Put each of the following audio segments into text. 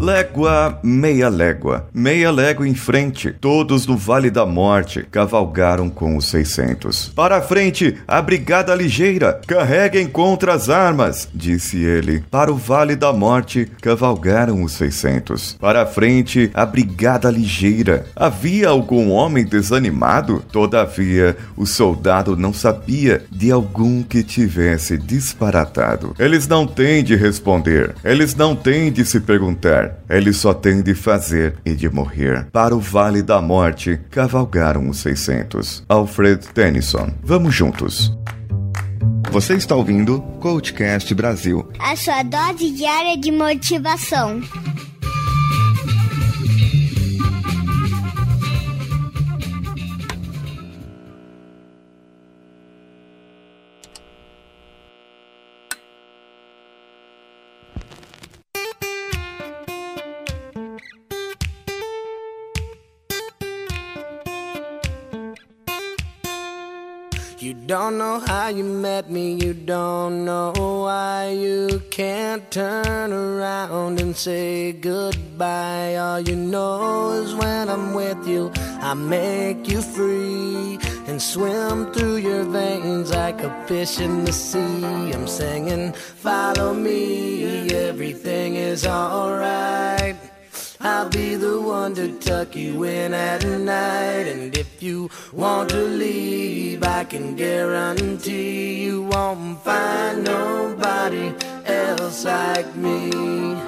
Légua, meia légua. Meia légua em frente, todos no Vale da Morte cavalgaram com os 600. Para a frente, a brigada ligeira, carreguem contra as armas, disse ele. Para o Vale da Morte cavalgaram os 600. Para a frente, a brigada ligeira. Havia algum homem desanimado? Todavia, o soldado não sabia de algum que tivesse disparatado. Eles não têm de responder, eles não têm de se perguntar, eles só têm de fazer e de morrer. Para o Vale da Morte, cavalgaram os 600. Alfred Tennyson. Vamos juntos. Você está ouvindo Coachcast Brasil. A sua dose diária de motivação. You don't know how you met me, you don't know why you can't turn around and say goodbye. All you know is when I'm with you, I make you free and swim through your veins like a fish in the sea. I'm singing, follow me, everything is alright. I'll be the one to tuck you in at night. And if you want to leave, I can guarantee you won't find nobody else like me.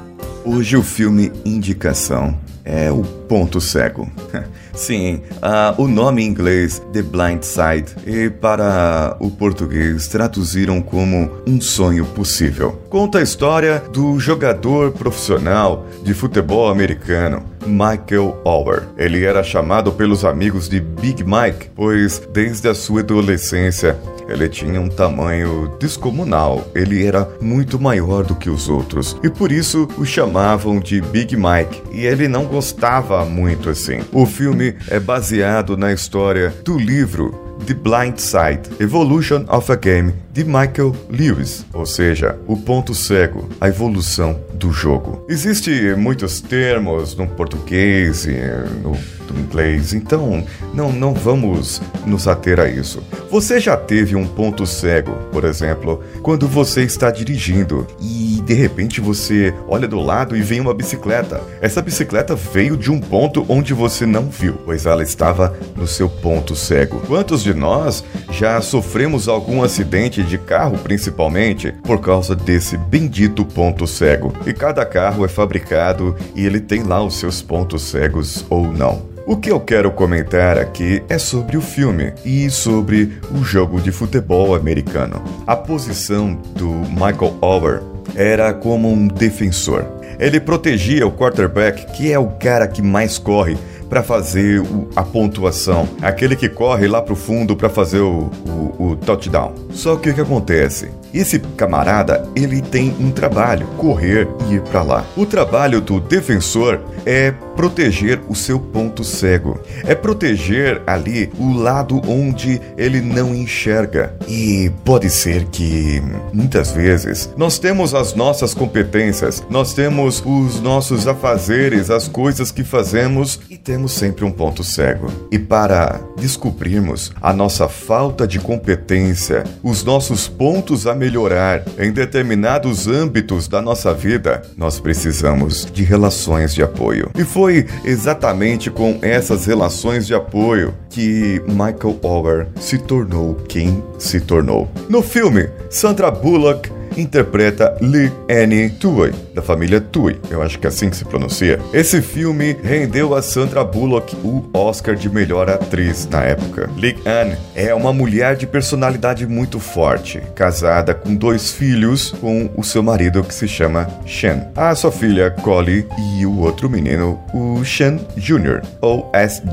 Hoje o filme Indicação é o Ponto Cego. Sim, o nome em inglês The Blind Side e para o português traduziram como Um Sonho Possível. Conta a história do jogador profissional de futebol americano Michael Oher. Ele era chamado pelos amigos de Big Mike, pois desde a sua adolescência ele tinha um tamanho descomunal. Ele era muito maior do que os outros e por isso o chamavam de Big Mike, e ele não gostava muito assim. O filme é baseado na história do livro The Blind Side, Evolution of a Game, de Michael Lewis, ou seja, o ponto cego, a evolução do jogo. Existem muitos termos no português e no inglês, então não vamos nos ater a isso. Você já teve um ponto cego, por exemplo, quando você está dirigindo e de repente você olha do lado e vem uma bicicleta. Essa bicicleta veio de um ponto onde você não viu, pois ela estava no seu ponto cego. Quantos de nós já sofremos algum acidente de carro, principalmente por causa desse bendito ponto cego? E cada carro é fabricado e ele tem lá os seus pontos cegos ou não. O que eu quero comentar aqui é sobre o filme e sobre o jogo de futebol americano. A posição do Michael Oher era como um defensor. Ele protegia o quarterback, que é o cara que mais corre para fazer a pontuação, aquele que corre lá pro fundo para fazer o touchdown. Só que o que acontece? Esse camarada, ele tem um trabalho, correr e ir para lá. O trabalho do defensor é proteger o seu ponto cego. É proteger ali o lado onde ele não enxerga. E pode ser que, muitas vezes, nós temos as nossas competências, nós temos os nossos afazeres, as coisas que fazemos e temos sempre um ponto cego. E para descobrirmos a nossa falta de competência, os nossos pontos a melhorar em determinados âmbitos da nossa vida, nós precisamos de relações de apoio. E foi exatamente com essas relações de apoio que Michael Oher se tornou quem se tornou. No filme, Sandra Bullock interpreta Leigh Anne Tuohy, da família Tuohy, eu acho que é assim que se pronuncia. Esse filme rendeu a Sandra Bullock o Oscar de melhor atriz na época. Leigh Anne é uma mulher de personalidade muito forte, casada com 2 filhos com o seu marido que se chama Sean, a sua filha Collie e o outro menino, o Sean Jr., ou SG.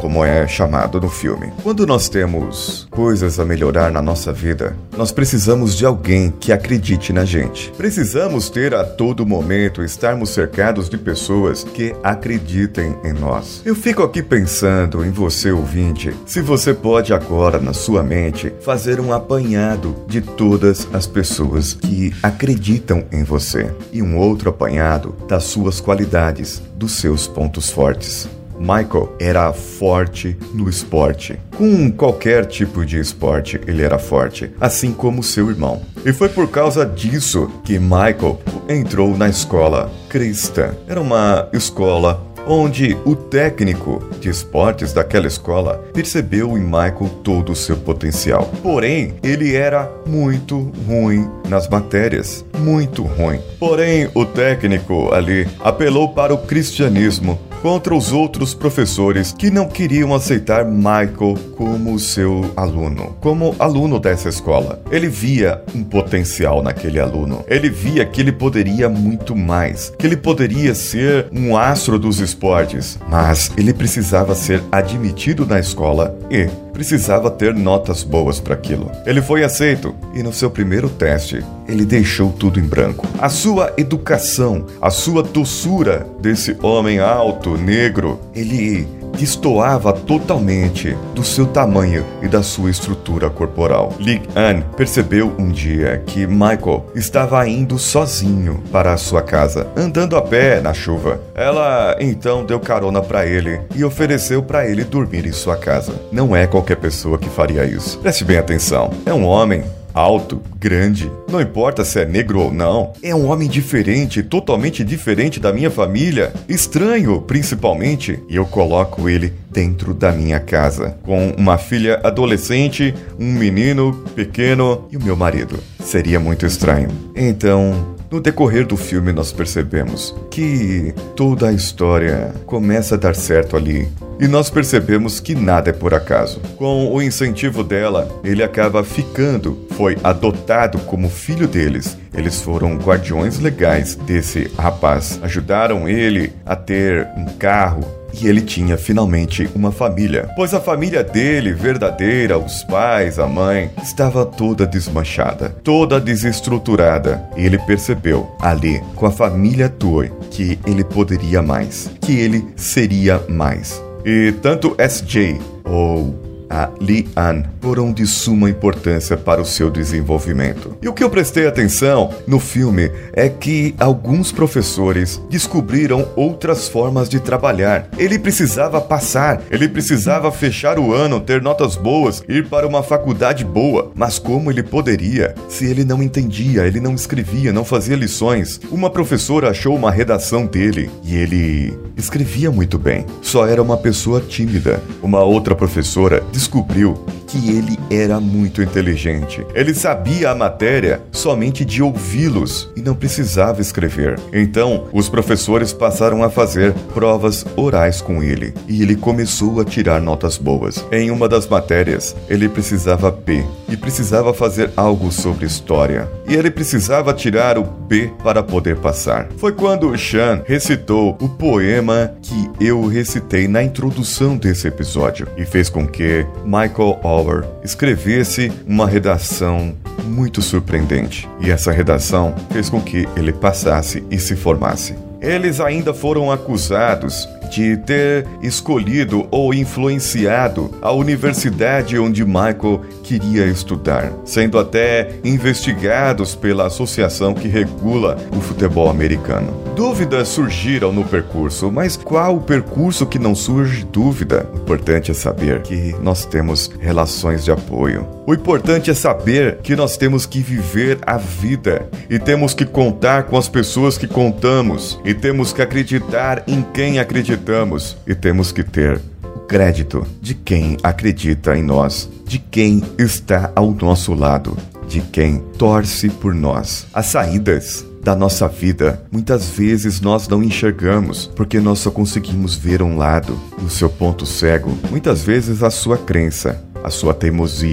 como é chamado no filme. Quando nós temos coisas a melhorar na nossa vida, nós precisamos de alguém que acredite na gente. Precisamos ter a todo momento, estarmos cercados de pessoas que acreditem em nós. Eu fico aqui pensando em você, ouvinte, se você pode agora, na sua mente, fazer um apanhado de todas as pessoas que acreditam em você e um outro apanhado das suas qualidades, dos seus pontos fortes. Michael era forte no esporte. Com qualquer tipo de esporte, ele era forte, assim como seu irmão. E foi por causa disso que Michael entrou na escola cristã. Era uma escola onde o técnico de esportes daquela escola percebeu em Michael todo o seu potencial. Porém, ele era muito ruim nas matérias, muito ruim. Porém, o técnico ali apelou para o cristianismo contra os outros professores que não queriam aceitar Michael como seu aluno, como aluno dessa escola. Ele via um potencial naquele aluno. Ele via que ele poderia muito mais, que ele poderia ser um astro dos esportes, mas ele precisava ser admitido na escola e precisava ter notas boas para aquilo. Ele foi aceito e no seu primeiro teste, ele deixou tudo em branco. A sua educação, a sua doçura desse homem alto, negro, ele destoava totalmente do seu tamanho e da sua estrutura corporal. Li-an percebeu um dia que Michael estava indo sozinho para a sua casa, andando a pé na chuva. Ela então deu carona para ele e ofereceu para ele dormir em sua casa. Não é qualquer pessoa que faria isso. Preste bem atenção. É um homem alto, grande, não importa se é negro ou não, é um homem diferente, totalmente diferente da minha família, estranho principalmente, e eu coloco ele dentro da minha casa, com uma filha adolescente, um menino pequeno e o meu marido. Seria muito estranho. Então, no decorrer do filme nós percebemos que toda a história começa a dar certo ali. E nós percebemos que nada é por acaso. Com o incentivo dela, ele acaba ficando, foi adotado como filho deles. Eles foram guardiões legais desse rapaz. Ajudaram ele a ter um carro. E ele tinha finalmente uma família, pois a família dele, verdadeira, os pais, a mãe, estava toda desmanchada, toda desestruturada. E ele percebeu ali, com a família Toy, que ele poderia mais, que ele seria mais. E tanto SJ ou a Li-an foram de suma importância para o seu desenvolvimento. E o que eu prestei atenção no filme é que alguns professores descobriram outras formas de trabalhar. Ele precisava passar, ele precisava fechar o ano, ter notas boas, ir para uma faculdade boa. Mas como ele poderia se ele não entendia, ele não escrevia, não fazia lições? Uma professora achou uma redação dele e ele escrevia muito bem. Só era uma pessoa tímida. Uma outra professora descobriu que ele era muito inteligente. Ele sabia a matéria somente de ouvi-los e não precisava escrever. Então, os professores passaram a fazer provas orais com ele e ele começou a tirar notas boas. Em uma das matérias, ele precisava B e precisava fazer algo sobre história. E ele precisava tirar o B para poder passar. Foi quando Sean recitou o poema que eu recitei na introdução desse episódio e fez com que Michael Oliver escrevesse uma redação muito surpreendente. E essa redação fez com que ele passasse e se formasse. Eles ainda foram acusados de ter escolhido ou influenciado a universidade onde Michael queria estudar, sendo até investigados pela associação que regula o futebol americano. Dúvidas surgiram no percurso, mas qual o percurso que não surge dúvida? O importante é saber que nós temos relações de apoio. O importante é saber que nós temos que viver a vida e temos que contar com as pessoas que contamos e temos que acreditar em quem acreditamos e temos que ter o crédito de quem acredita em nós, de quem está ao nosso lado, de quem torce por nós. As saídas da nossa vida, muitas vezes nós não enxergamos, porque nós só conseguimos ver um lado, o seu ponto cego, muitas vezes a sua crença, a sua teimosia,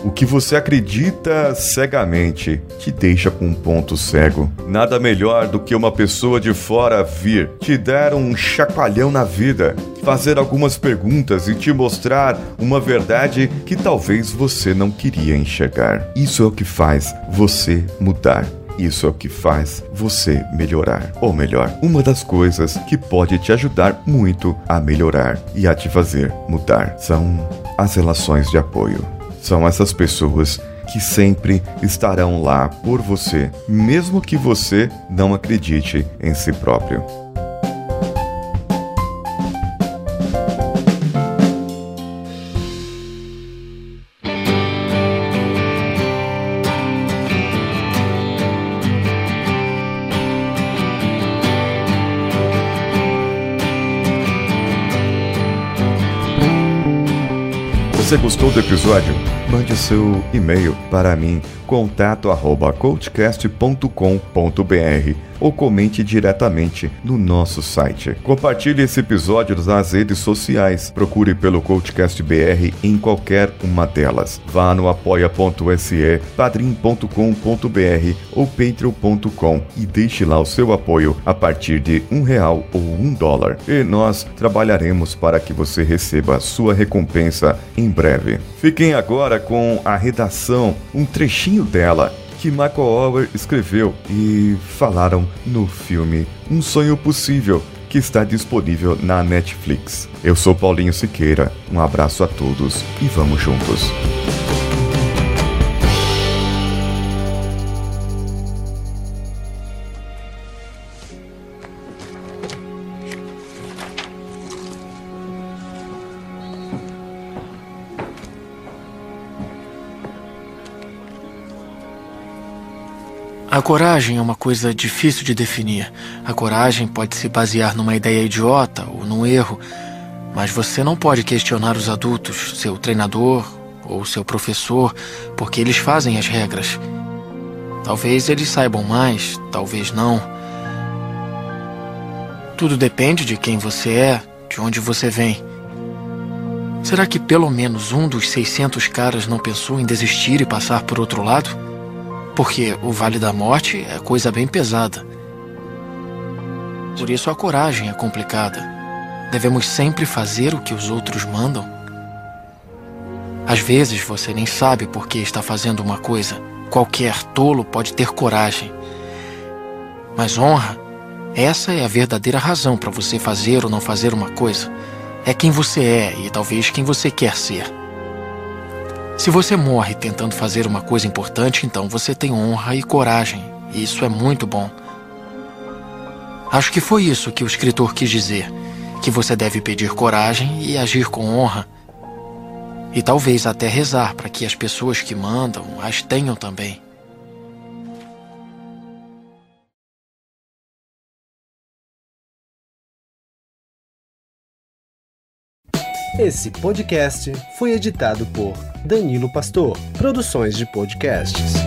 O que você acredita cegamente te deixa com um ponto cego. Nada melhor do que uma pessoa de fora vir te dar um chacoalhão na vida, fazer algumas perguntas e te mostrar uma verdade que talvez você não queria enxergar. Isso é o que faz você mudar. Isso é o que faz você melhorar. Ou melhor, uma das coisas que pode te ajudar muito a melhorar e a te fazer mudar são as relações de apoio. São essas pessoas que sempre estarão lá por você, mesmo que você não acredite em si próprio. Você gostou do episódio? Mande o seu e-mail para mim, contato@coachcast.com.br, ou comente diretamente no nosso site. Compartilhe esse episódio nas redes sociais. Procure pelo Coachcast BR em qualquer uma delas. Vá no apoia.se, padrim.com.br ou patreon.com e deixe lá o seu apoio a partir de R$1 ou $1. E nós trabalharemos para que você receba a sua recompensa em breve. Fiquem agora com a redação, um trechinho dela que Michael Oher escreveu e falaram no filme Um Sonho Possível, que está disponível na Netflix. Eu sou Paulinho Siqueira, um abraço a todos e vamos juntos. A coragem é uma coisa difícil de definir. A coragem pode se basear numa ideia idiota ou num erro, mas você não pode questionar os adultos, seu treinador ou seu professor, porque eles fazem as regras. Talvez eles saibam mais, talvez não. Tudo depende de quem você é, de onde você vem. Será que pelo menos um dos 600 caras não pensou em desistir e passar por outro lado? Porque o Vale da Morte é coisa bem pesada. Por isso a coragem é complicada. Devemos sempre fazer o que os outros mandam. Às vezes você nem sabe por que está fazendo uma coisa. Qualquer tolo pode ter coragem. Mas honra, essa é a verdadeira razão para você fazer ou não fazer uma coisa. É quem você é e talvez quem você quer ser. Se você morre tentando fazer uma coisa importante, então você tem honra e coragem. E isso é muito bom. Acho que foi isso que o escritor quis dizer. Que você deve pedir coragem e agir com honra. E talvez até rezar para que as pessoas que mandam as tenham também. Esse podcast foi editado por Danilo Pastor, Produções de Podcasts.